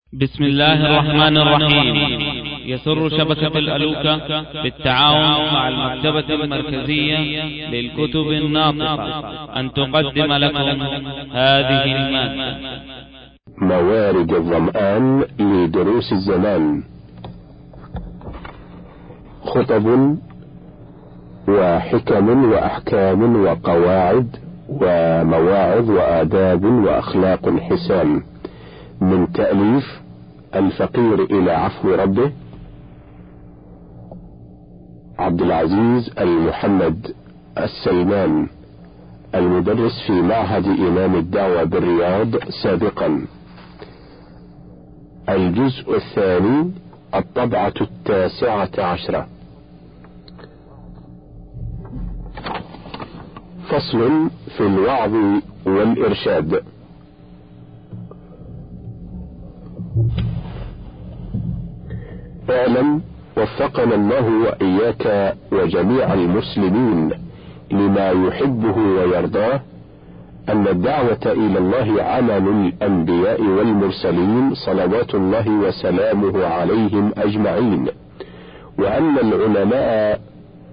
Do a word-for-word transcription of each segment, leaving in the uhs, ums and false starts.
بسم الله الرحمن الرحيم. يسر شبكة الألوكة بالتعاون مع المكتبة المركزية للكتب الناطقة أن تقدم لكم هذه المادة. موارد الظمآن لدروس الزمان، خطب وحكم وأحكام وقواعد ومواعظ وآداب وأخلاق حسان، من تأليف الفقير إلى عفو ربه عبد العزيز المحمد السلمان، المدرس في معهد إمام الدعوة بالرياض سابقا. الجزء الثاني، الطبعة التاسعة عشرة. فصل في الوعظ والإرشاد. اعلم وفقنا الله وإياك وجميع المسلمين لما يحبه ويرضاه أن الدعوة إلى الله عمل الأنبياء والمرسلين صلوات الله وسلامه عليهم أجمعين، وأن العلماء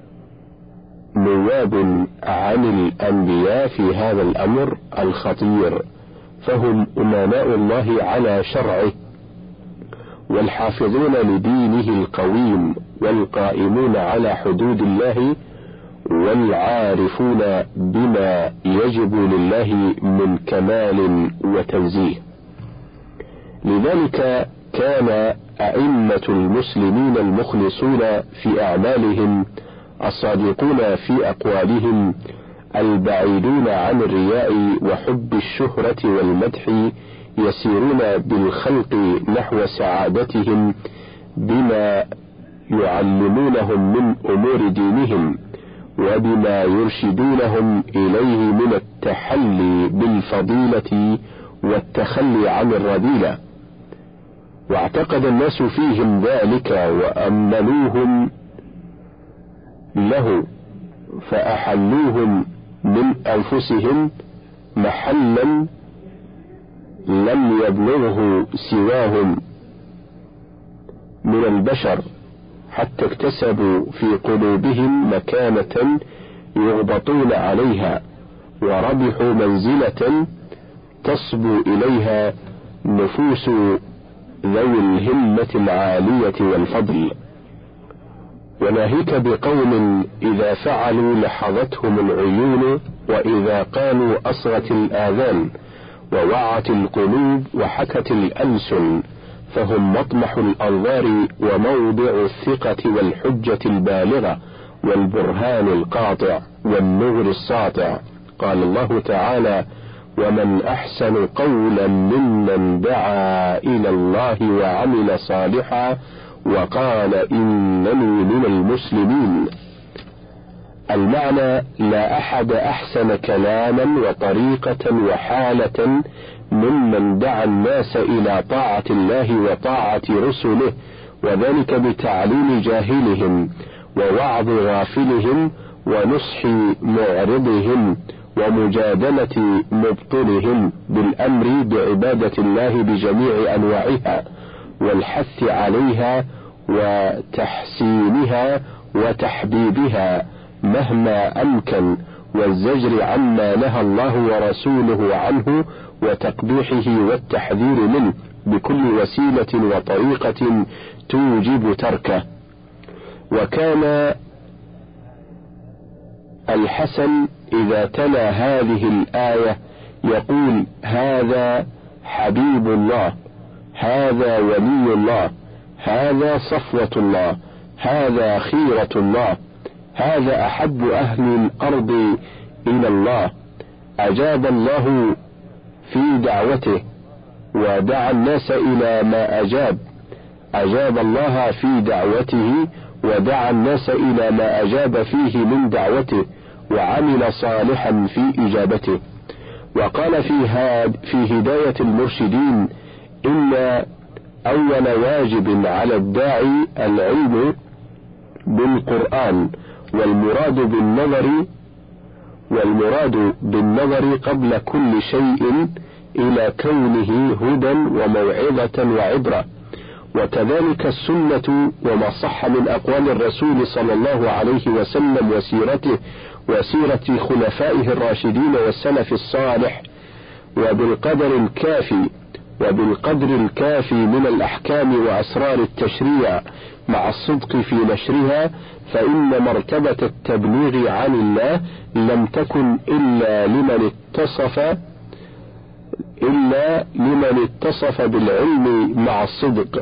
نواب عن الأنبياء في هذا الأمر الخطير، فهم أمناء الله على شرعه والحافظون لدينه القويم والقائمون على حدود الله والعارفون بما يجب لله من كمال وتنزيه. لذلك كان أئمة المسلمين المخلصون في أعمالهم، الصادقون في أقوالهم، البعيدون عن الرياء وحب الشهرة والمدح، يسيرون بالخلق نحو سعادتهم بما يعلمونهم من أمور دينهم وبما يرشدونهم إليه من التحلي بالفضيلة والتخلي عن الرذيلة. واعتقد الناس فيهم ذلك وأملوهم له، فأحلوهم من أنفسهم محلا لم يبلغه سواهم من البشر، حتى اكتسبوا في قلوبهم مكانة يغبطون عليها، وربحوا منزلة تصبو إليها نفوس ذوي الهمة العالية والفضل. وناهيك بقوم إذا فعلوا لحظتهم العيون، وإذا قالوا أصغت الآذان، ووعت القلوب وحكت الألسن، فهم مطمح الأنظار وموضع الثقة والحجة البالغة والبرهان القاطع والنور الساطع. قال الله تعالى: ومن أحسن قولا ممن دعا إلى الله وعمل صالحا وقال إنني من المسلمين. المعنى: لا أحد أحسن كلاما وطريقة وحالة ممن دعا الناس إلى طاعة الله وطاعة رسله، وذلك بتعليم جاهلهم ووعظ غافلهم ونصح معرضهم ومجادلة مبطلهم، بالأمر بعبادة الله بجميع أنواعها والحث عليها وتحسينها وتحبيبها مهما أمكن، والزجر عما نهى الله ورسوله عنه وتقبيحه والتحذير منه بكل وسيلة وطريقة توجب تركه. وكان الحسن إذا تلا هذه الآية يقول: هذا حبيب الله، هذا ولي الله، هذا صفوة الله، هذا خيرة الله، هذا أحب أهل الأرض إلى الله، أجاب الله في دعوته ودعا الناس إلى ما أجاب، أجاب الله في دعوته ودعا الناس إلى ما أجاب فيه من دعوته، وعمل صالحا في إجابته. وقال في, في هداية المرشدين: إن أول واجب على الداعي العلم بالقرآن، والمراد بالنظر والمراد بالنظر قبل كل شيء إلى كونه هدى وموعظة وعبرة. وكذلك السنة وما صح من أقوال الرسول صلى الله عليه وسلم وسيرته وسيرة خلفائه الراشدين والسلف الصالح، وبالقدر الكافي وبالقدر الكافي من الأحكام وأسرار التشريع مع الصدق في نشرها، فإن مرتبة التبليغ عن الله لم تكن إلا لمن اتصف إلا لمن اتصف بالعلم مع الصدق،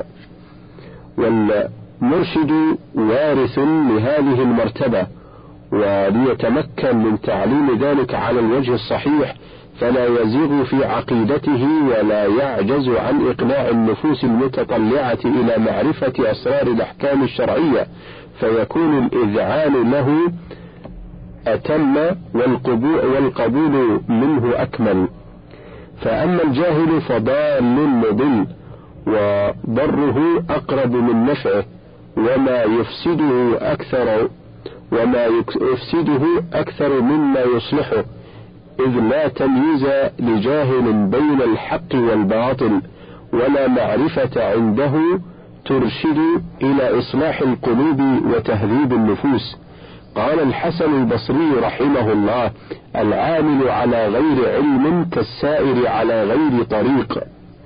والمرشد وارث لهذه المرتبة، وليتمكن من تعليم ذلك على الوجه الصحيح فلا يزيغ في عقيدته ولا يعجز عن إقناع النفوس المتطلعة إلى معرفة أسرار الأحكام الشرعية، فيكون الإذعان له أتم والقبول منه أكمل. فأما الجاهل فضال مضل، وضره أقرب من نفعه، وما يفسده أكثر وما يفسده أكثر مما يصلحه، إذ لا تمييز لجاهل بين الحق والباطل، ولا معرفة عنده ترشد إلى إصلاح القلوب وتهذيب النفوس. قال الحسن البصري رحمه الله: العامل على غير علم كالسائر على غير طريق.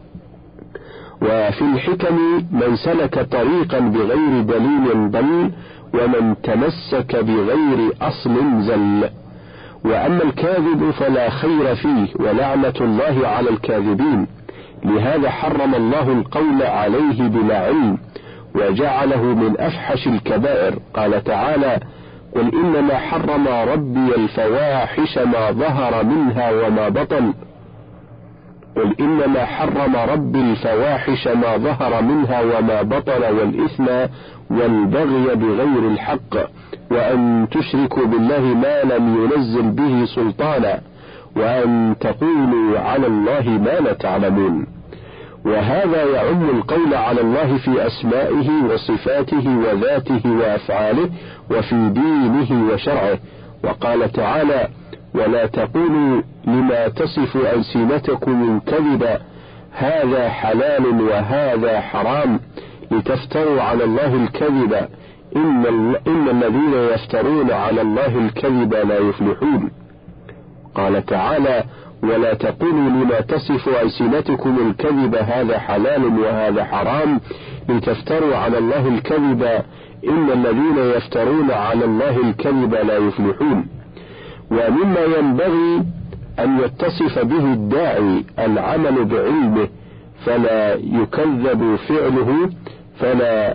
وفي الحكم: من سلك طريقا بغير دليل ضل، ومن تمسك بغير أصل زل. وأما الكاذب فلا خير فيه، ولعنة الله على الكاذبين، لهذا حرم الله القول عليه بلا علم، وجعله من أفحش الكبائر. قال تعالى: قل إنما حرم ربي الفواحش ما ظهر منها وما بطن قل إنما حرم ربي الفواحش ما ظهر منها وما بطن والإثم والبغي بغير الحق، وأن تشركوا بالله ما لم ينزل به سلطانا، وأن تقولوا على الله ما لا تعلمون. وهذا يعم القول على الله في أسمائه وصفاته وذاته وأفعاله وفي دينه وشرعه. وقال تعالى: ولا تقولوا لما تصف ألسنتكم الكذب هذا حلال وهذا حرام لتفتروا على الله الكذب إن, إن الذين يفترون على الله الكذب لا يفلحون. قال تعالى: ولا تقولوا لما تصف ألسنتكم الكذب هذا حلال وهذا حرام لتفتروا على الله الكذب إن الذين يفترون على الله الكذب لا يفلحون. ومما ينبغي أن يتصف به الداعي العمل بعلمه، فلا يكذب فعله فلا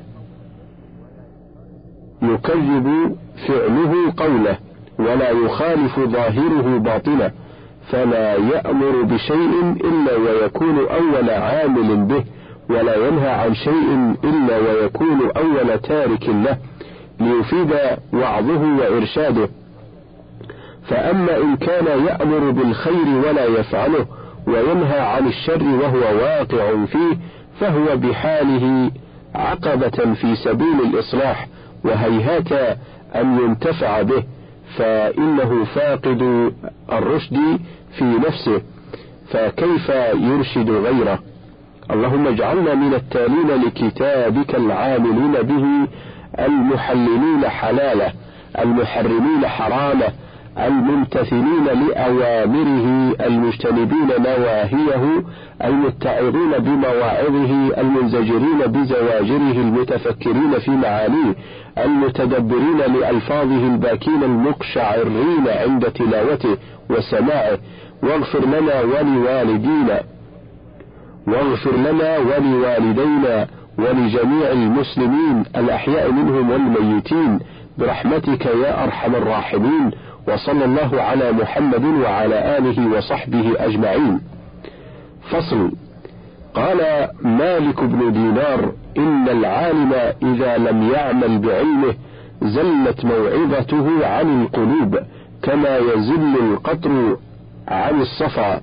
يكذب فعله قوله، ولا يخالف ظاهره باطنه، فلا يأمر بشيء إلا ويكون أول عامل به، ولا ينهى عن شيء إلا ويكون أول تارك له، ليفيد وعظه وإرشاده. فأما إن كان يأمر بالخير ولا يفعله، وينهى عن الشر وهو واقع فيه، فهو بحاله عقبة في سبيل الإصلاح، وهيهات أن ينتفع به، فإنه فاقد الرشد في نفسه، فكيف يرشد غيره؟ اللهم اجعلنا من التالين لكتابك العاملين به، المحللين حلاله، المحرمين حرامه، الممتثلين لأوامره، المجتنبين نواهيه، المتعظين بمواعظه، المنزجرين بزواجره، المتفكرين في معانيه، المتدبرين لألفاظه، الباكين المقشعرين عند تلاوته وسماعه. واغفر لنا ولوالدينا واغفر لنا ولوالدينا ولجميع المسلمين الأحياء منهم والميتين برحمتك يا أرحم الراحمين. وصلى الله على محمد وعلى آله وصحبه أجمعين. فصل. قال مالك بن دينار: إن العالم إذا لم يعمل بعلمه زلت موعظته عن القلوب، كما يزل القطر عن الصفا.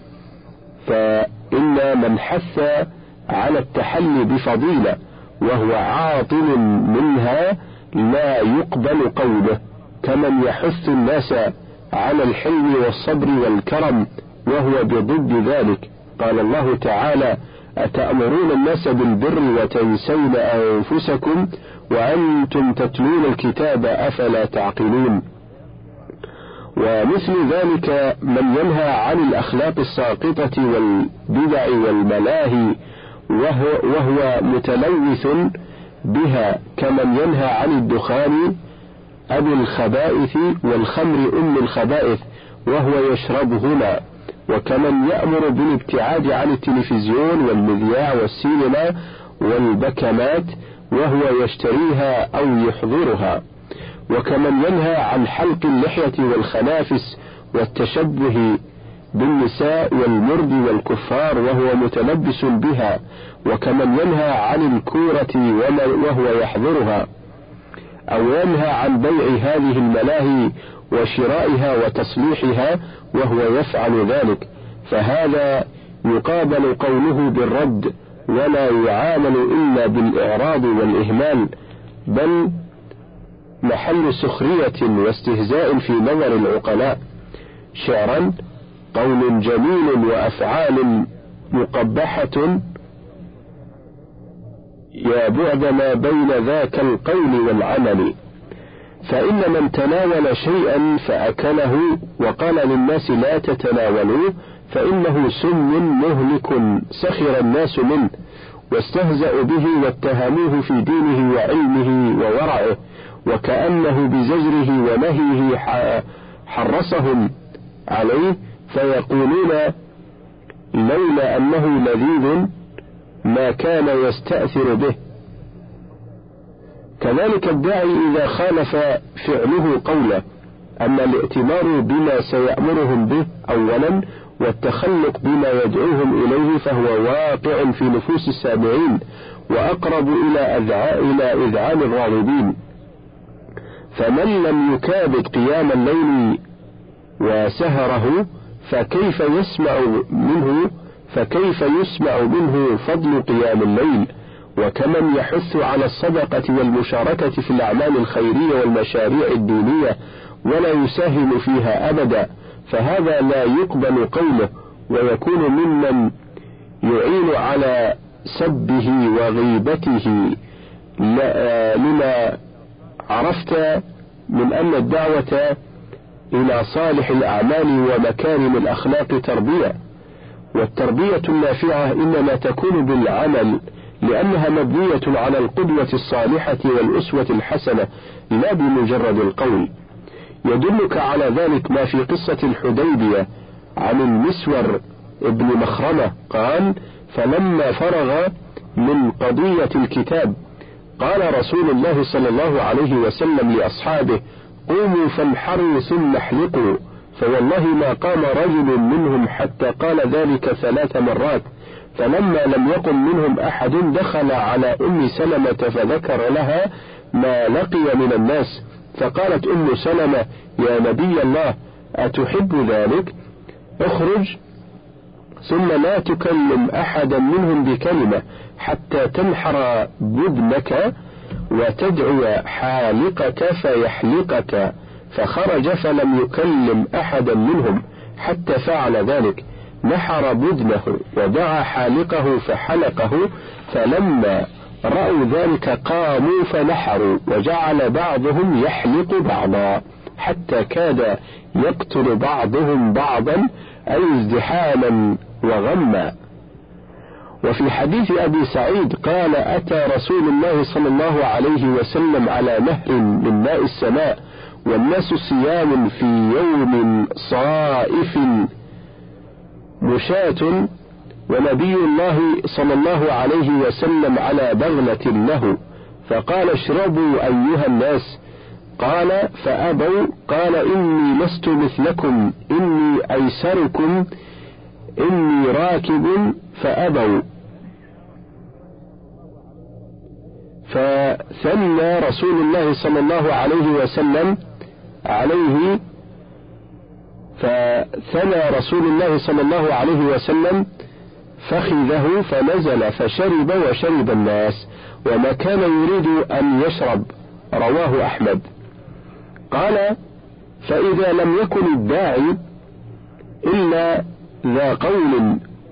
فإن من حث على التحلي بفضيلة وهو عاطل منها لا يقبل قوله، كمن يحث الناس على الحلم والصبر والكرم وهو بضد ذلك. قال الله تعالى: أتأمرون الناس بالبر وتنسون أنفسكم وأنتم تتلون الكتاب أفلا تعقلون. ومثل ذلك من ينهى عن الأخلاق الساقطة والبدع والملاهي وهو, وهو متلوث بها، كمن ينهى عن الدخان أبي الخبائث والخمر أم الخبائث وهو يشربهما، وكمن يأمر بالابتعاد عن التلفزيون والمذياع والسينما والبكمات وهو يشتريها أو يحضرها، وكمن ينهى عن حلق اللحية والخنافس والتشبه بالنساء والمرد والكفار وهو متلبس بها، وكمن ينهى عن الكورة وهو يحضرها، أو ينهى عن بيع هذه الملاهي وشرائها وتصليحها وهو يفعل ذلك، فهذا يقابل قوله بالرد ولا يعامل إلا بالإعراض والإهمال، بل محل سخرية واستهزاء في نظر العقلاء. شعرا: قول جميل وأفعال مقبحة يا بعد ما بين ذاك القول والعمل. فإن من تناول شيئا فأكله وقال للناس لا تتناولوه فإنه سم مهلك سخر الناس منه واستهزأوا به واتهموه في دينه وعلمه وورعه، وكأنه بزجره ونهيه حرصهم عليه، فيقولون لولا أنه لذيذ ما كان يستأثر به. كذلك الداعي إذا خالف فعله قوله. أما الائتمار بما سيأمرهم به أولا والتخلق بما يدعوهم إليه فهو واقع في نفوس السامعين وأقرب إلى إلى إذعان الراغبين. فمن لم يكابد قيام الليل وسهره فكيف يسمع منه فكيف يسمع منه فضل قيام الليل؟ وكمن يحث على الصدقة والمشاركة في الأعمال الخيرية والمشاريع الدينية ولا يساهم فيها أبدا، فهذا لا يقبل قوله ويكون ممن يعين على سبه وغيبته، لما عرفت من أن الدعوة إلى صالح الأعمال ومكارم الأخلاق تربية، والتربية النافعة إنما تكون بالعمل، لأنها مبنية على القدوة الصالحة والأسوة الحسنة لا بمجرد القول. يدلك على ذلك ما في قصة الحديبية عن المسور ابن مخرمة قال: فلما فرغ من قضية الكتاب قال رسول الله صلى الله عليه وسلم لأصحابه: قوموا فانحروا ثم احلقوا، فوالله ما قام رجل منهم حتى قال ذلك ثلاث مرات، فلما لم يقم منهم أحد دخل على أم سلمة فذكر لها ما لقي من الناس، فقالت أم سلمة: يا نبي الله أتحب ذلك؟ اخرج ثم لا تكلم أحدا منهم بكلمة حتى تنحر بدنك وتدعو حالقك فيحلقك. فخرج فلم يكلم أحدا منهم حتى فعل ذلك، نحر بدنه ودعا حالقه فحلقه، فلما رأوا ذلك قاموا فنحروا، وجعل بعضهم يحلق بعضا حتى كاد يقتل بعضهم بعضا أي ازدحاما وغما. وفي حديث أبي سعيد قال: أتى رسول الله صلى الله عليه وسلم على نهر من ماء السماء والناس صيام في يوم صائف مشاة، ونبي الله صلى الله عليه وسلم على بغلة له، فقال: اشربوا أيها الناس. قال: فأبوا. قال: إني لست مثلكم، إني أيسركم، إني راكب. فأبوا. فثنى رسول الله صلى الله عليه وسلم عليه فثنى رسول الله صلى الله عليه وسلم فخذه فنزل فشرب وشرب الناس، وما كان يريد أن يشرب. رواه أحمد. قال: فإذا لم يكن الداعي إلا ذا قول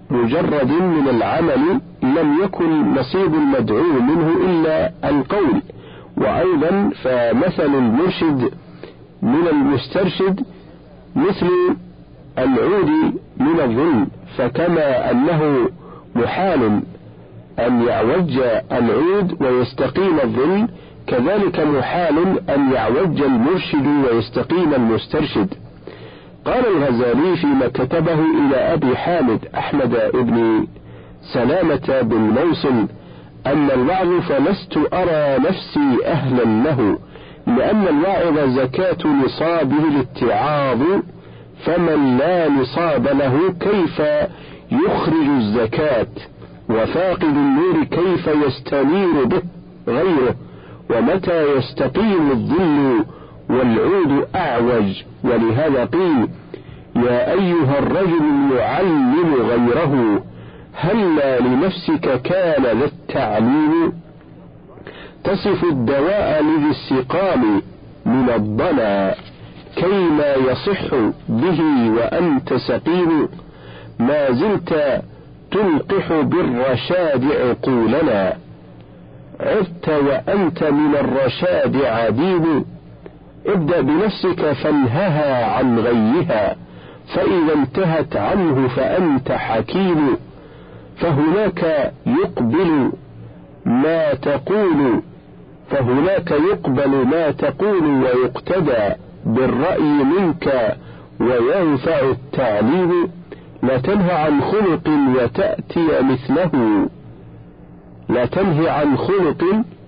مجرد من العمل لم يكن نصيب المدعو منه إلا القول. وأيضا فمثل المرشد من المسترشد مثل العود من الظل، فكما أنه محال أن يعوج العود ويستقيم الظل، كذلك محال أن يعوج المرشد ويستقيم المسترشد. قال الغزالي فيما كتبه إلى أبي حامد أحمد بن سلامة بالموصل: أن الوعظ فلست أرى نفسي أهلا له، لأن الواعظ زكاة نصابه الاتعاظ، فمن لا نصاب له كيف يخرج الزكاة، وفاقد النور كيف يستنير به غيره، ومتى يستقيم الظل والعود أعوج. ولهذا قيل: يا أيها الرجل يعلم غيره، هلا لنفسك كان ذا التعليم، تصف الدواء لذي السقام من الضنا، كيما يصح به وأنت سقيم، ما زلت تلقح بالرشاد عقولنا، عدت وأنت من الرشاد عديم، ابدأ بنفسك فانهها عن غيها، فإذا انتهت عنه فأنت حكيم، فهناك يقبل ما تقول فهناك يقبل ما تقول ويقتدى بالرأي منك وينفع التعليم، لا تنهى عن خلق وتأتي مثله لا تنهي عن خلق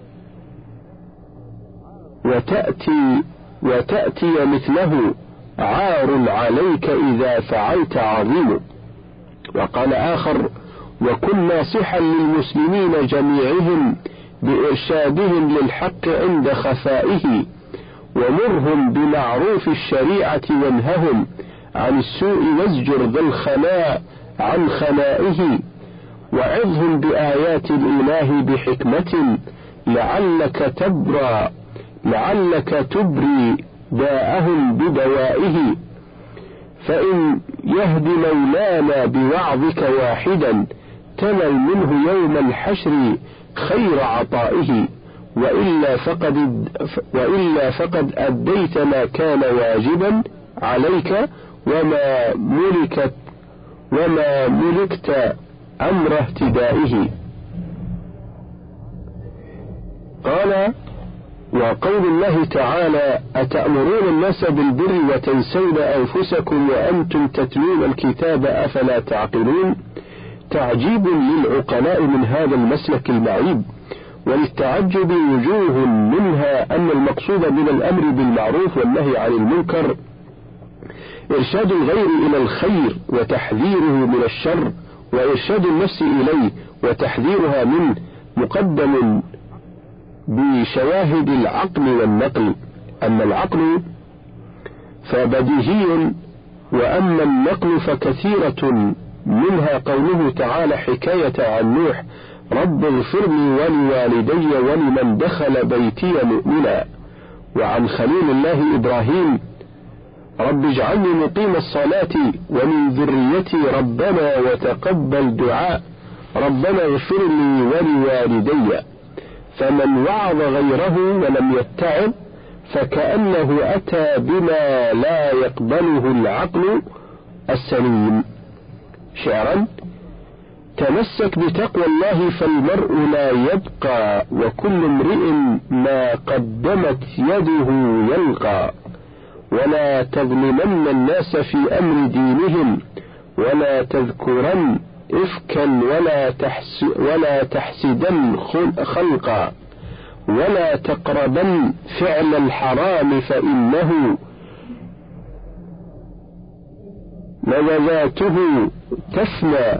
وتأتي وتأتي مثله، عار عليك إذا فعلت عظيم. وقال آخر: وكن ناصحا للمسلمين جميعهم بإرشادهم للحق عند خفائه، ومرهم بمعروف الشريعة وانههم عن السوء، وازجر ذا الخناء عن خنائه، وعظهم بآيات الإله بحكمة، لعلك تبرى لعلك تبري داءهم بدوائه، فإن يهد مولانا بوعظك واحدا، تنل منه يوم الحشر خير عطائه، وإلا فقد, وإلا فقد أديت ما كان واجبا عليك، وما ملكت وما ملكت أمر اهتدائه. قال: وقول الله تعالى: أتأمرون الناس بالبر وتنسون أنفسكم وأنتم تتلون الكتاب أفلا تعقلون، تعجيب للعقلاء من هذا المسلك المعيب، وللتعجب وجوه منها أن المقصود من الأمر بالمعروف والنهي عن المنكر إرشاد الغير إلى الخير وتحذيره من الشر، وإرشاد النفس إليه وتحذيرها منه مقدم بشواهد العقل والنقل. أما العقل فبديهي، وأما النقل فكثيرة، منها قوله تعالى حكاية عن نوح: رب اغفر لي ولوالدي ولمن دخل بيتي مؤمنا. وعن خليل الله إبراهيم: رب اجعلني مقيم الصلاة ومن ذريتي ربنا وتقبل دعاء، ربنا اغفر لي ولوالدي. فمن وعظ غيره ولم يتعظ فكأنه أتى بما لا يقبله العقل السليم. شعرا: تمسك بتقوى الله فالمرء لا يبقى، وكل امرئ ما قدمت يده يلقى، ولا تظلمن الناس في أمر دينهم، ولا تذكرن إفكا، ولا, تحس ولا تحسدن خلقا، ولا تقربن فعل الحرام فإنه لذاته تفنى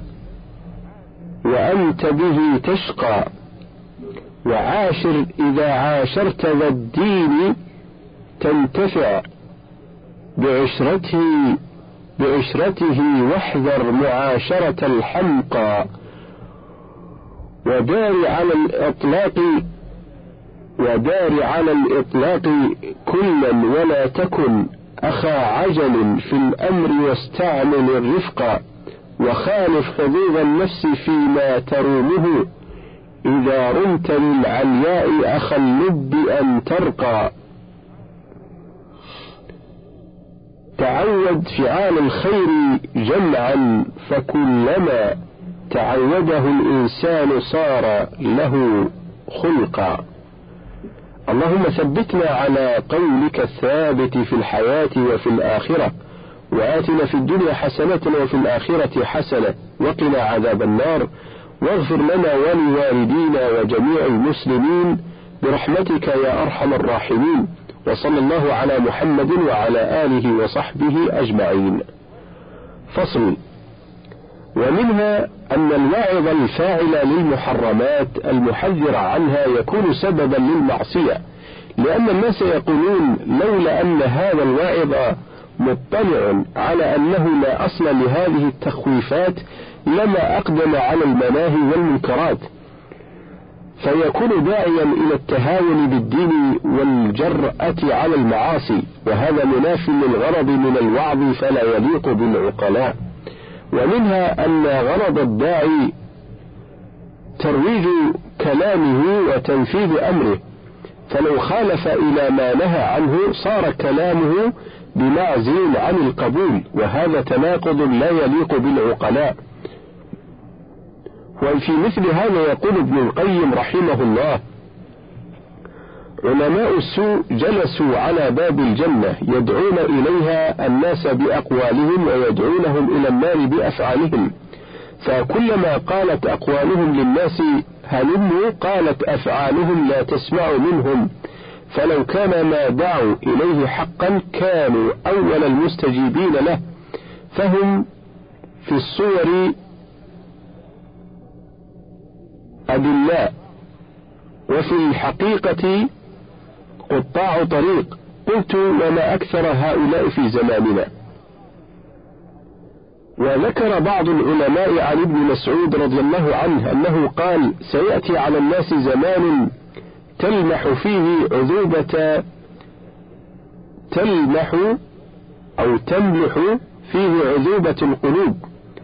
وأنت به تشقى، وعاشر إذا عاشرت ذا الدين تنتفع بعشرته بعشرته واحذر معاشرة الحمقى، ودار على الإطلاق ودار على الإطلاق كلا، ولا تكن أخا عجل في الأمر واستعمل الرفق، وخالف حظوظ النفس فيما ترومه، إذا رمت للعلياء أخا اللب أن ترقى. تعود فعال الخير جمعا، فكلما تعوده الإنسان صار له خلقا. اللهم ثبتنا على قولك الثابت في الحياة وفي الآخرة، وآتنا في الدنيا حسنة وفي الآخرة حسنة وقنا عذاب النار، واغفر لنا ولوالدينا وجميع المسلمين برحمتك يا أرحم الراحمين. وصلى الله على محمد وعلى آله وصحبه أجمعين. فصل. ومنها أن الواعظ الفاعل للمحرمات المحذر عنها يكون سببا للمعصية، لأن الناس يقولون لولا أن هذا الواعظ مطلع على أنه لا أصل لهذه التخويفات لما أقدم على المناهي والمنكرات، فيكون داعيا إلى التهاون بالدين والجرأة على المعاصي، وهذا مناف للغرض من الوعظ فلا يليق بالعقلاء. ومنها أن غرض الداعي ترويج كلامه وتنفيذ أمره، فلو خالف إلى ما نهى عنه صار كلامه بمعزل عن القبول، وهذا تناقض لا يليق بالعقلاء. وفي مثل هذا يقول ابن القيم رحمه الله: علماء السوء جلسوا على باب الجنة يدعون إليها الناس بأقوالهم ويدعونهم إلى النار بأفعالهم، فكلما قالت أقوالهم للناس هلموا قالت أفعالهم لا تسمع منهم، فلو كان ما دعوا إليه حقا كانوا أول المستجيبين له، فهم في الصور أدلاء وفي الحقيقة قطاع طريق. قلت: وما أكثر هؤلاء في زماننا. وذكر بعض العلماء عن ابن مسعود رضي الله عنه أنه قال: سيأتي على الناس زمان تلمح فيه عذوبة تلمح أو تملح فيه عذوبة القلوب.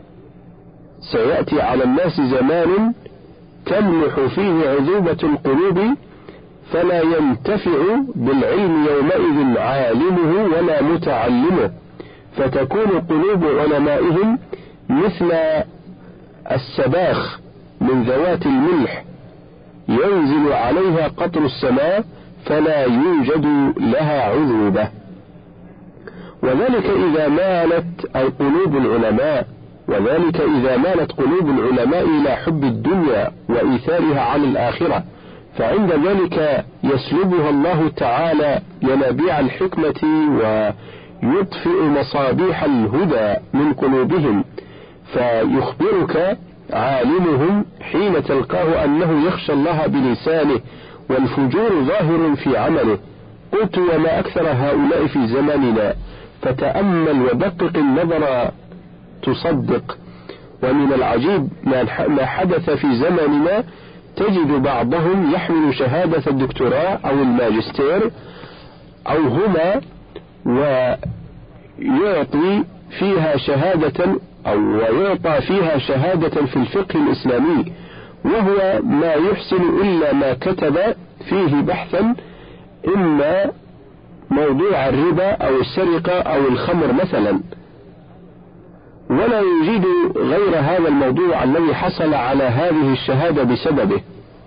سيأتي على الناس زمان تملح فيه عذوبة القلوب، فلا ينتفع بالعلم يومئذ عالمه ولا متعلمه، فتكون قلوب علمائهم مثل السباخ من ذوات الملح ينزل عليها قطر السماء فلا يوجد لها عذوبة. وذلك إذا مالت قلوب العلماء وذلك إذا مالت قلوب العلماء إلى حب الدنيا وإيثارها على الآخرة، فعند ذلك يسلبها الله تعالى ينابيع الحكمة ويطفئ مصابيح الهدى من قلوبهم، فيخبرك عالمهم حين تلقاه أنه يخشى الله بلسانه والفجور ظاهر في عمله. قلت: وما أكثر هؤلاء في زماننا، فتأمل ودقق النظر تصدق. ومن العجيب ما حدث في زماننا، تجد بعضهم يحمل شهادة الدكتوراه أو الماجستير أو هما ويعطي فيها شهادة أو ويعطى فيها شهادة في الفقه الإسلامي، وهو ما يحسن إلا ما كتب فيه بحثا، إما موضوع الربا أو السرقة أو الخمر مثلا، ولا يجيد غير هذا الموضوع الذي حصل على هذه الشهادة بسببه.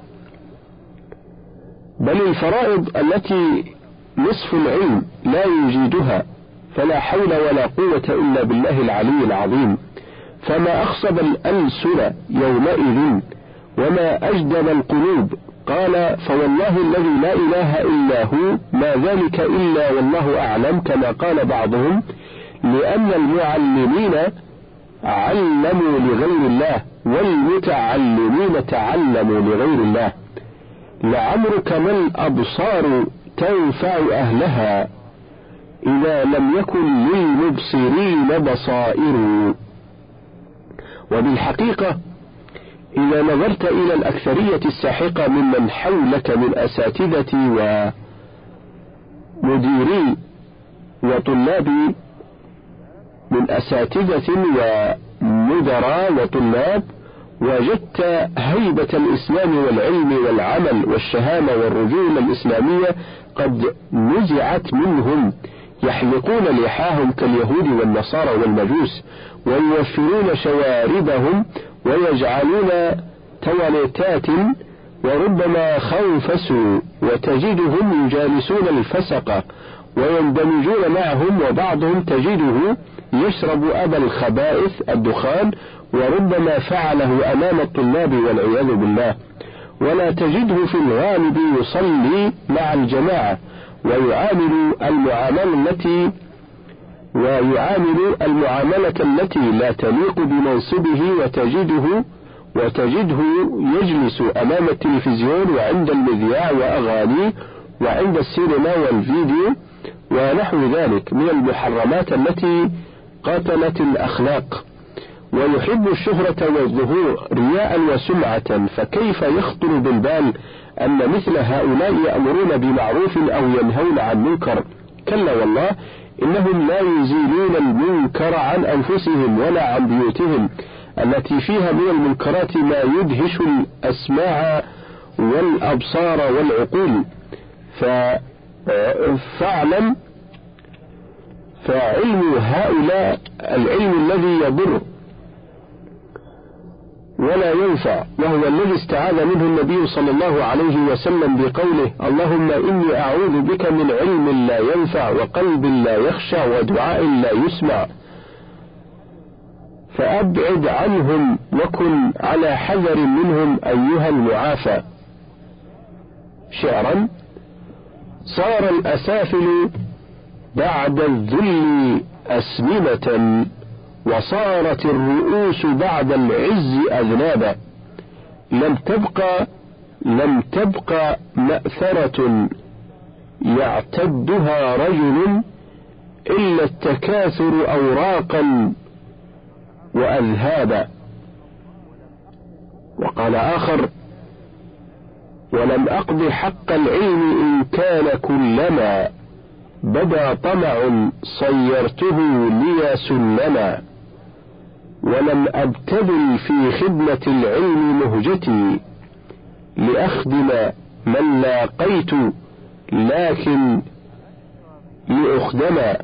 بل الفرائض التي نصف العلم لا يجيدها، فلا حول ولا قوة إلا بالله العلي العظيم. فما أخصب الألسن يومئذ وما أجدب القلوب. قال: فوالله الذي لا إله إلا هو ما ذلك إلا والله أعلم، كما قال بعضهم، لأن المعلمين علموا لغير الله والمتعلمين تعلموا لغير الله. لعمرك ما الأبصار تنفع أهلها إذا لم يكن للمبصرين بصائر. وبالحقيقة إذا نظرت إلى الأكثرية الساحقة ممن حولك من أساتذة ومديري وطلاب، من أساتذة مدراء وطلاب وجدت هيبة الإسلام والعلم والعمل والشهامة والرجولة الإسلامية قد نزعت منهم، يحلقون لحاهم كاليهود والنصارى والمجوس، ويوفرون شواربهم ويجعلون تواليتات، وربما خنفسوا، وتجدهم يجالسون الفسقة ويندمجون معهم، وبعضهم تجده يشرب أبا الخبائث الدخان، وربما فعله أمام الطلاب والعياذ بالله. ولا تجده في الغالب يصلي مع الجماعة ويعامل المعاملة التي ويعامل المعاملة التي لا تليق بمنصبه، وتجده وتجده يجلس أمام التلفزيون وعند المذياع وأغانيه وعند السينما والفيديو ونحو ذلك من المحرمات التي قتلت الأخلاق، ويحب الشهرة والظهور رياء وسمعة. فكيف يخطر بالبال أن مثل هؤلاء يأمرون بمعروف أو ينهون عن منكر؟ كلا والله، إنهم لا يزيلون المنكر عن أنفسهم ولا عن بيوتهم التي فيها من المنكرات ما يدهش الأسماع والأبصار والعقول. فاعلم فعلم هؤلاء العلم الذي يضر ولا ينفع، وهو الذي استعاذ منه النبي صلى الله عليه وسلم بقوله: اللهم إني أعوذ بك من علم لا ينفع وقلب لا يخشع ودعاء لا يسمع. فأبعد عنهم وكن على حذر منهم أيها المعافى. شعرا: صار الأسافل بعد الذل أسمنة، وصارت الرؤوس بعد العز أذنابا. لم تبقى لم تبقى مأثرة يعتدها رجل إلا التكاثر أوراقا وأذهابا. وقال آخر: ولم أقض حق العلم إن كان كلما بدا طمع صيرته لي سلما، ولم أبتذل في خدمة العلم مهجتي لأخدم من لاقيت لكن لأخدما،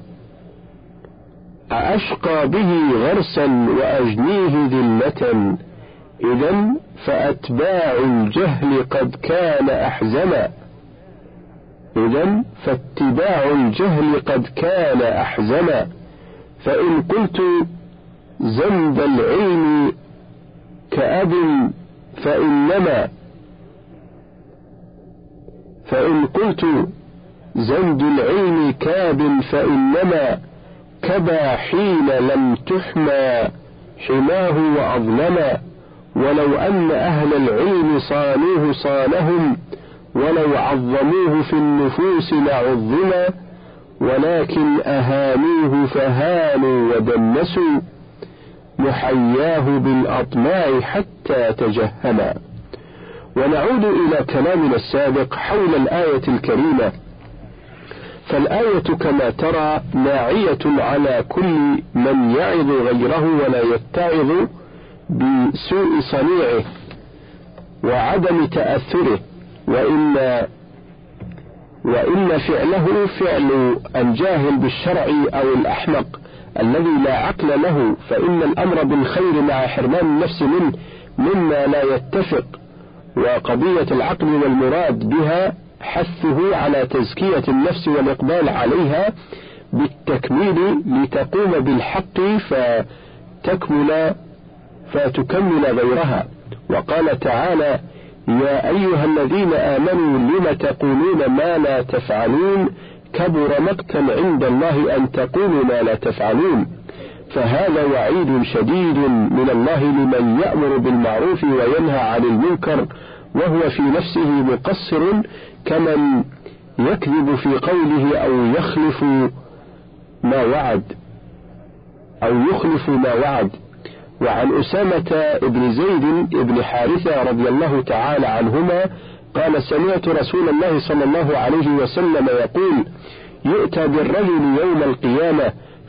أأشقى به غرسا وأجنيه ذلة، إذا فأتباع الجهل قد كان أحزما. إذا فاتباع الجهل قد كان أحزما. فإن قلت زند العلم كأب فإنما فإن قلت زند العلم كاب فإنما كبا حين لم تحمى حماه وأظلما. ولو أن أهل العلم صانوه صانهم، ولو عظموه في النفوس لعظما، ولكن أهانوه فهانوا ودنسوا محياه بالأطماع حتى تجهما. ونعود إلى كلامنا السابق حول الآية الكريمة. فالآية كما ترى ناعية على كل من يعظ غيره ولا يتعظ بسوء صنيعه وعدم تأثره، وإن وإن فعله فعل الجاهل بالشرع أو الأحمق الذي لا عقل له. فإن الأمر بالخير مع حرمان النفس منه مما لا يتفق، وقضية العقل والمراد بها حثه على تزكية النفس والإقبال عليها بالتكميل لتقوم بالحق فتكمل فتكمل غيرها. وقال تعالى: يا أيها الذين آمنوا لم تقولون ما لا تفعلون كبر مقتا عند الله أن تقولوا ما لا تفعلون. فهذا وعيد شديد من الله لمن يأمر بالمعروف وينهى عن المنكر وهو في نفسه مقصر، كمن يكذب في قوله أو يخلف ما وعد أو يخلف ما وعد. وعن أسامة بن زيد بن حارثة رضي الله تعالى عنهما قال: سمعت رسول الله صلى الله عليه وسلم يقول: يؤتى بالرجل يوم القيامة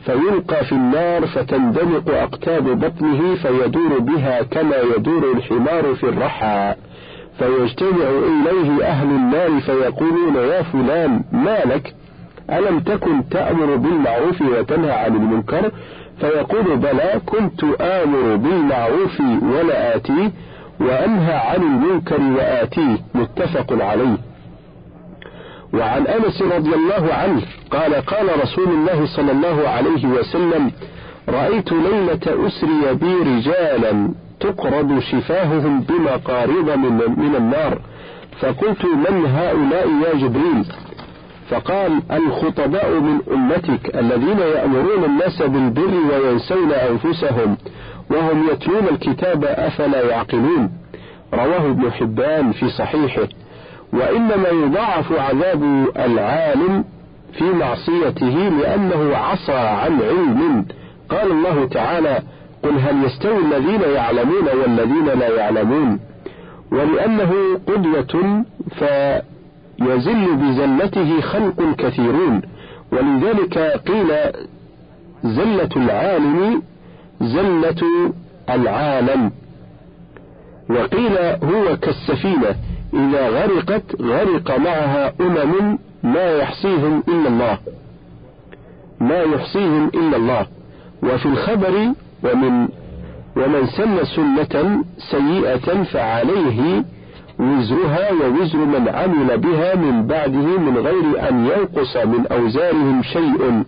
فيلقى في النار فتندلق أقتاب بطنه فيدور بها كما يدور الحمار في الرحى، فيجتمع إليه أهل النار فيقولون يا فلان ما لك؟ ألم تكن تأمر بالمعروف وتنهى عن المنكر؟ فيقول بلى، كنت آمر بالمعروف ولا آتيه، وأنهى عن المنكر وآتيه. متفق عليه. وعن أنس رضي الله عنه قال قال رسول الله صلى الله عليه وسلم: رأيت ليلة أسري بي رجالا تقرض شفاههم بمقارض من, من النار، فقلت من هؤلاء يا جبريل؟ فقال: الخطباء من أمتك الذين يأمرون الناس بالبر وينسون أنفسهم وهم يتلون الكتاب أفلا يعقلون. رواه ابن حبان في صحيحه. وإنما يضاعف عذاب العالم في معصيته لأنه عصى عن علم. قال الله تعالى: قل هل يستوي الذين يعلمون والذين لا يعلمون. ولأنه قدوة فيزل بزلته خلق كثيرون، ولذلك قيل زلة العالم زلة العالم، وقيل هو كالسفينة إذا غرقت غرق معها أمم ما يحصيهم إلا الله ما يحصيهم إلا الله. وفي الخبر: ومن ومن سن سنة سيئة فعليه وزرها ووزر من عمل بها من بعده من غير أن ينقص من أوزارهم شيء.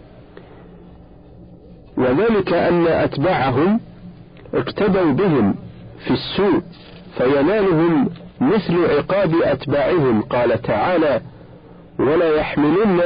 وذلك أن أتباعهم اقتدوا بهم في السوء فينالهم مثل عقاب أتباعهم. قال تعالى: ولا يحملن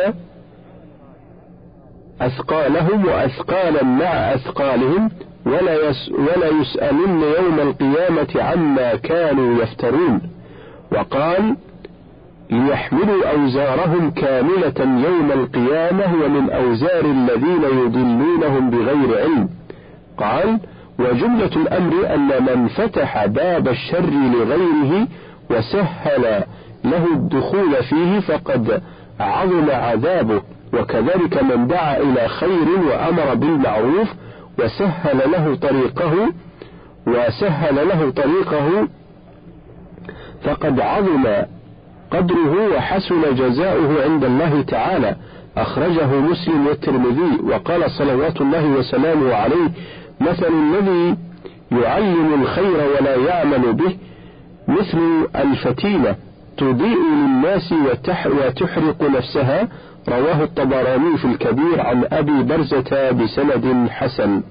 أثقالهم وأثقالا مع أثقالهم ولا, يس ولا يسألن يوم القيامة عما كانوا يفترون. وقال: ليحملوا أوزارهم كاملة يوم القيامة ومن أوزار الذين يضلونهم بغير علم. قال: وجملة الأمر أن من فتح باب الشر لغيره وسهل له الدخول فيه فقد عظم عذابه، وكذلك من دعا إلى خير وأمر بالمعروف وسهل له طريقه وسهل له طريقه فقد عظم قدره وحسن جزاؤه عند الله تعالى. أخرجه مسلم والترمذي. وقال صلوات الله وسلامه عليه: مثل الذي يعلم الخير ولا يعمل به مثل الفتيلة تضيء للناس وتحرق نفسها. رواه الطبراني في الكبير عن أبي برزة بسند حسن.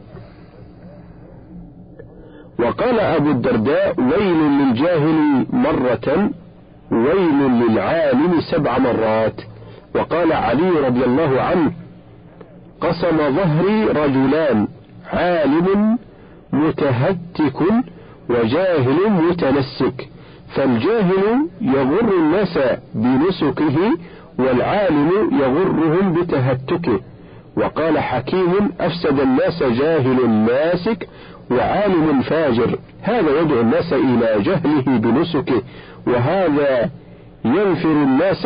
وقال أبو الدرداء: ويل للجاهل مرة ويل للعالم سبع مرات. وقال علي رضي الله عنه: قسم ظهري رجلان، عالم متهتك وجاهل متنسك، فالجاهل يغر الناس بنسكه والعالم يغرهم بتهتكه. وقال حكيم: أفسد الناس جاهل ناسك وعالم فاجر، هذا يدعو الناس إلى جهله بنسكه، وهذا ينفر الناس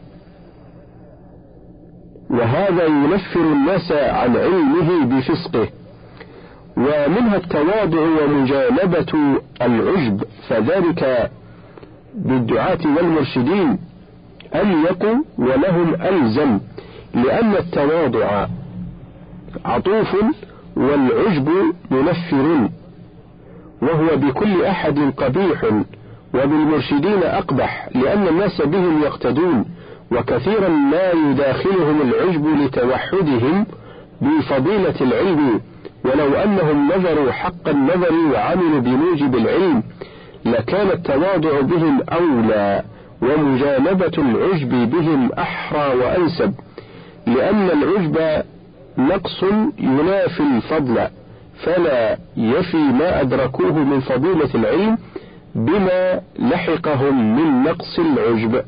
وهذا ينفر الناس عن علمه بفسقه. ومنها التواضع ومجانبة العجب، فذلك بالدعاة والمرشدين أليق ولهم ألزم، لأن التواضع عطوف والعجب منفر، وهو بكل أحد قبيح، وبالمرشدين أقبح، لأن الناس بهم يقتدون، وكثيرا ما يداخلهم العجب لتوحدهم بفضيلة العلم، ولو أنهم نظروا حق النظر وعملوا بموجب العلم لكان التواضع بهم أولى، ومجانبة العجب بهم أحرى وأنسب، لأن العجب نقص ينافي الفضل، فلا يفي ما أدركوه من فضيلة العلم بما لحقهم من نقص العجب.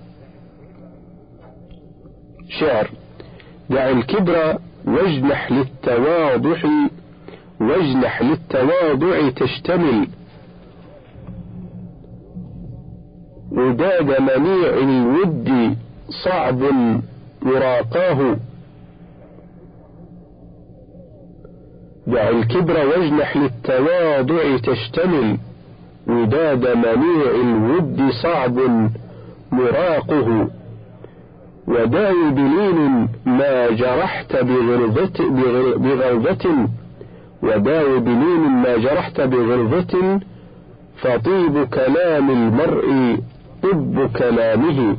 شعر: دع الكبر واجنح للتواضع واجنح للتواضع تشتمل، وداد منيع الود صعب يراقاه، دع الكبر واجنح للتواضع تشتمل، وداد منيع الود صعب مراقه، وداوي بلين ما جرحت بغلظة بغلظة وداوي بلين ما جرحت بغلظة، فطيب كلام المرء طب كلامه.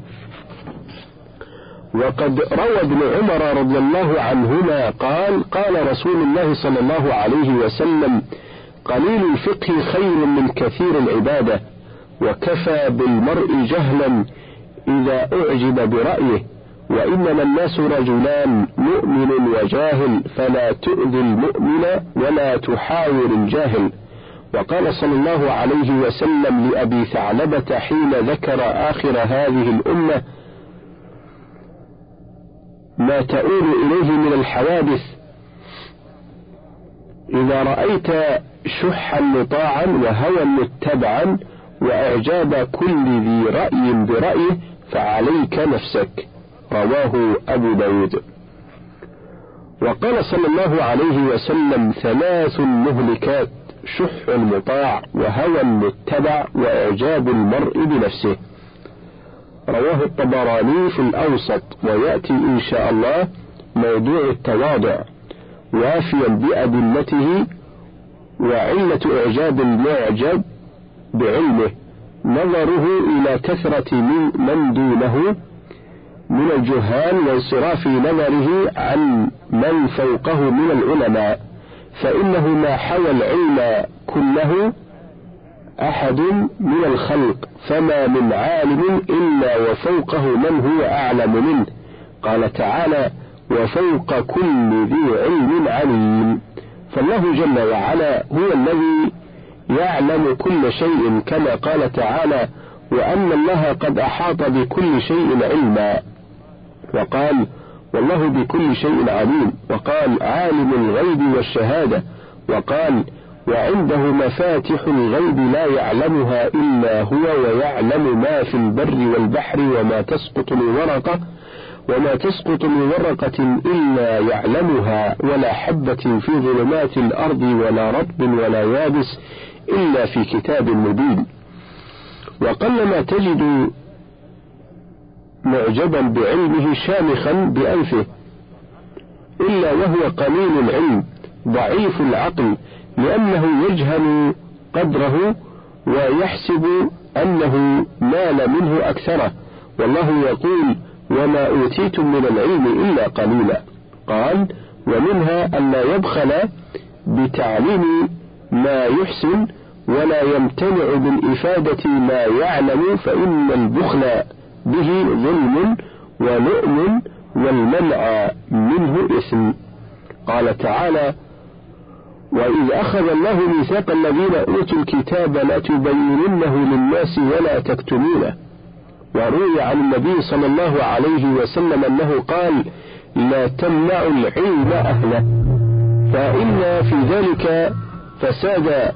وقد روى ابن عمر رضي الله عنهما قال قال رسول الله صلى الله عليه وسلم: قليل الفقه خير من كثير العبادة، وكفى بالمرء جهلا إذا أعجب برأيه، وإنما الناس رجلان مؤمن وجاهل، فلا تؤذي المؤمن ولا تحاور الجاهل. وقال صلى الله عليه وسلم لأبي ثعلبة حين ذكر آخر هذه الأمة ما تؤول إليه من الحوادث: إذا رأيت شحا مطاعا وهوى متبعا وإعجاب كل ذي رأي برأيه فعليك نفسك. رواه أبو داود. وقال صلى الله عليه وسلم: ثلاث مهلكات: شح مطاع، وهوى متبع، وإعجاب المرء بنفسه. رواه الطبراني في الأوسط، ويأتي إن شاء الله موضوع التواضع وافيا بأدلته. وعلة إعجاب المعجب بعلمه نظره إلى كثرة من دونه من الجهال وانصراف نظره عن من فوقه من العلماء، فإنه ما حوى العلم كله أحد من الخلق، فما من عالم إلا وفوقه من هو أعلم منه. قال تعالى: وفوق كل ذي علم عليم. فالله جل وعلا هو الذي يعلم كل شيء، كما قال تعالى: وأن الله قد أحاط بكل شيء علما. وقال: والله بكل شيء عليم. وقال: عالم الغيب والشهادة. وقال: وعنده مفاتح الغيب لا يعلمها إلا هو، ويعلم ما في البر والبحر، وما تسقط من ورقة وما تسقط من ورقة إلا يعلمها، ولا حبة في ظلمات الأرض ولا رطب ولا يابس إلا في كتاب مبين. وقلما تجد معجبا بعلمه شامخا بأنفه إلا وهو قليل العلم ضعيف العقل، لأنه يجهل قدره ويحسب أنه نال منه أكثره. والله يقول: وما أوتيتم من العلم إلا قليلا. قال: ومنها أن لا يبخل بتعليم ما يحسن، ولا يمتنع بالإفادة ما يعلم، فإن البخل به ظلم ولؤم، والمنع منه إثم. قال تعالى: وإذ أخذ الله ميثاق الذين أوتوا الكتاب لتبيننه للناس ولا تكتمونه. وروي عن النبي صلى الله عليه وسلم أنه قال: لا تمنعوا العلم أهله، فإن في ذلك فساد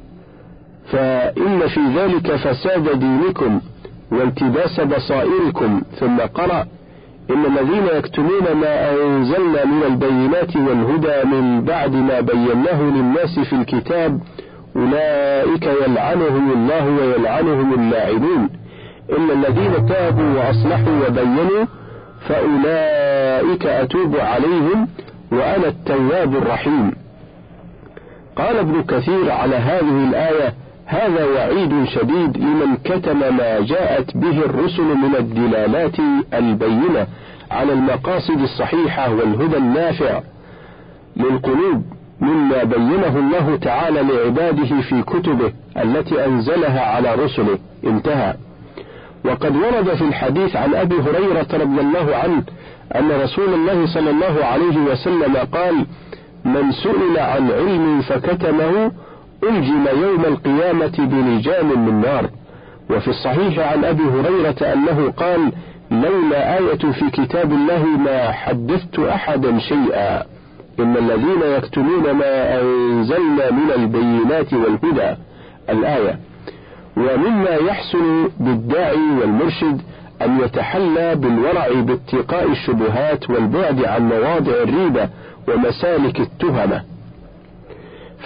فإن في ذلك فساد دينكم والتباس بصائركم. ثم قرأ: إن الذين يكتمون ما أنزلنا من البينات والهدى من بعد ما بيناه للناس في الكتاب أولئك يلعنهم الله ويلعنهم اللاعنون، إلا الذين تابوا وأصلحوا وبينوا فأولئك أتوب عليهم وأنا التواب الرحيم. قال ابن كثير على هذه الآية: هذا وعيد شديد لمن كتم ما جاءت به الرسل من الدلالات البينة على المقاصد الصحيحة والهدى النافع للقلوب، مما بينه الله تعالى لعباده في كتبه التي أنزلها على رسله. انتهى. وقد ورد في الحديث عن أبي هريرة رضي الله عنه أن رسول الله صلى الله عليه وسلم قال: من سئل عن علم فكتمه ألجم يوم القيامة بلجام من نار. وفي الصحيح عن أبي هريرة أنه قال: لولا آية في كتاب الله ما حدثت أحدا شيئا، إن الذين يكتمون ما أنزلنا من البينات والهدى. الآية. ومما يحسن بالداعي والمرشد أن يتحلى بالورع باتقاء الشبهات والبعد عن مواضع الريبة ومسالك التهمة.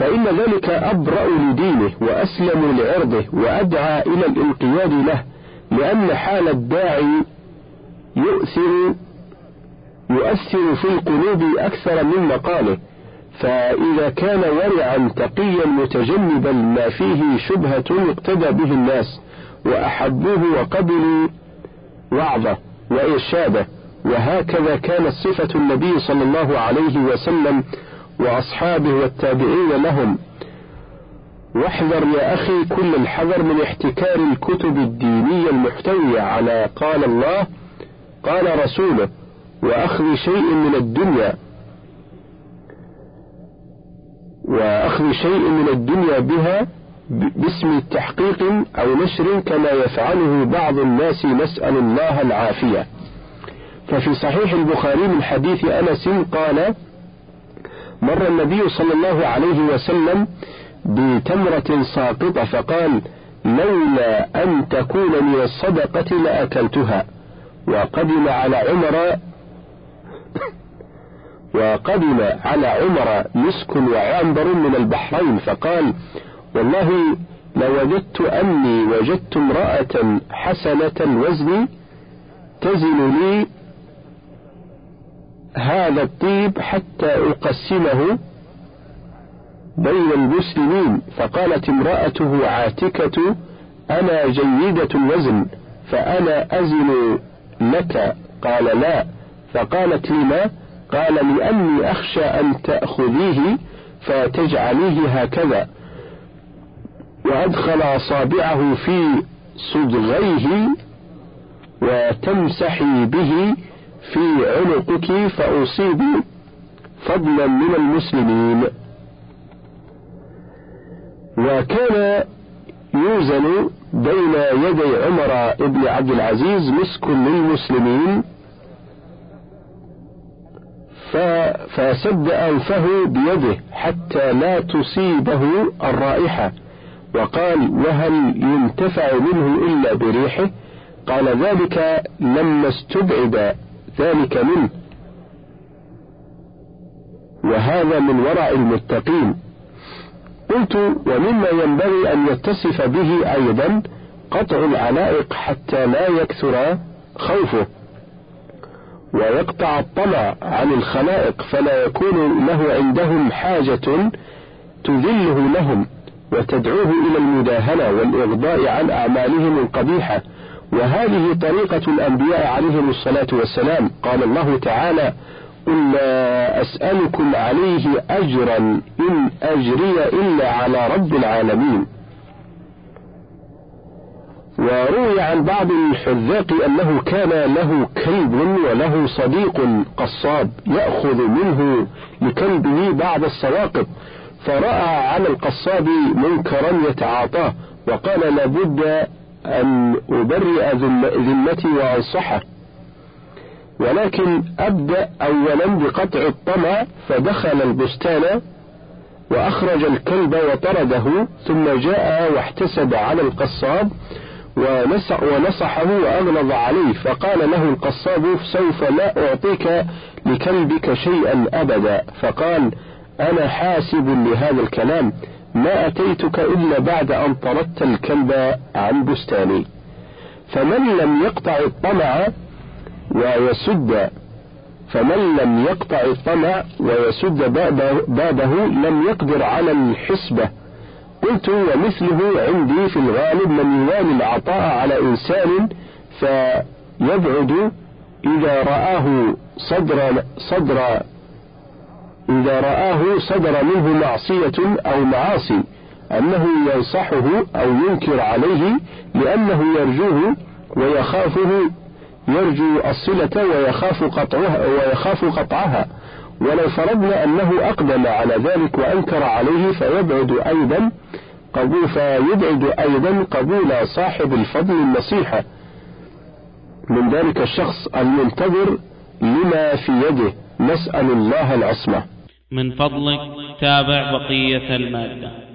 فإن ذلك أبرأ لدينه وأسلم لعرضه وأدعى إلى الانقياد له، لأن حال الداعي يؤثر يؤثر في القلوب أكثر من مقاله. فإذا كان ورعا تقيا متجنبا ما فيه شبهة اقتدى به الناس وأحبوه وقبلوا وعظه وإرشاده، وهكذا كانت صفة النبي صلى الله عليه وسلم وأصحابه والتابعين لهم. واحذر يا أخي كل الحذر من احتكار الكتب الدينية المحتوية على قال الله قال رسوله، وأخذ شيء من الدنيا وأخذ شيء من الدنيا بها باسم التحقيق أو نشر كما يفعله بعض الناس، نسأل الله العافية. ففي صحيح البخاري من حديث أنس قال: مر النبي صلى الله عليه وسلم بتمرة ساقطة فقال: لولا أن تكون من الصدقة لأكلتها. وقدم على عمر وقدم على عمر مسك وعنبر من البحرين فقال: والله لوجدت أني وجدت امرأة حسنة الوزن تزن لي هذا الطيب حتى أقسمه بين المسلمين. فقالت امرأته عاتكة: أنا جيدة الوزن فأنا أزن لك. قال: لا. فقالت: لما؟ قال: لأني أخشى أن تأخذيه فتجعليه هكذا. وأدخل أصابعه في صدغيه وتمسحي به في عنقك فأصيب فضلا من المسلمين. وكان يوزن بين يدي عمر بن عبد العزيز مسك للمسلمين فسد أنفه بيده حتى لا تصيبه الرائحة، وقال: وهل ينتفع منه إلا بريحه؟ قال: ذلك لما استبعد ذلك منه، وهذا من ورع المتقين. قلت: ومما ينبغي أن يتصف به أيضا قطع العلائق حتى لا يكثر خوفه، ويقطع الطمع عن الخلائق فلا يكون له عندهم حاجة تذله لهم وتدعوه إلى المداهنة والإغضاء عن أعمالهم القبيحة. وهذه طريقة الأنبياء عليهم الصلاة والسلام. قال الله تعالى: قل لا أسألكم عليه أجرا إن أجري إلا على رب العالمين. وروي عن بعض الحذاق أنه كان له كلب وله صديق قصاب يأخذ منه لكلبه بعض السواقط، فرأى على القصاب منكرا يتعاطاه وقال: لابد أن أبرئ ذمتي وأنصحه، ولكن أبدأ أولا بقطع الطمع. فدخل البستان وأخرج الكلب وطرده، ثم جاء واحتسب على القصاب ونصحه وأغلظ عليه، فقال له القصاب: سوف لا أعطيك لكلبك شيئا أبدا. فقال: أنا حاسب لهذا الكلام، ما أتيتك إلا بعد أن طردت الكلب عن بستاني. فمن لم يقطع الطمع ويسد فمن لم يقطع الطمع ويسد بابه لم يقدر على الحسبة. قلت: ومثله عندي في الغالب من يوالي العطاء على إنسان فيبعد إذا رآه صدر صدر إذا رآه صدر منه معصية أو معاصي أنه ينصحه أو ينكر عليه لأنه يرجوه ويخافه يرجو الصلة ويخاف قطعها ويخاف قطعها. ولو فرضنا أنه أقدم على ذلك وأنكر عليه فيبعد أيضا قبول فيبعد أيضا قبول صاحب الفضل النصيحة من ذلك الشخص المنتظر لما في يده. نسأل الله العصمة. من فضلك تابع بقية المادة.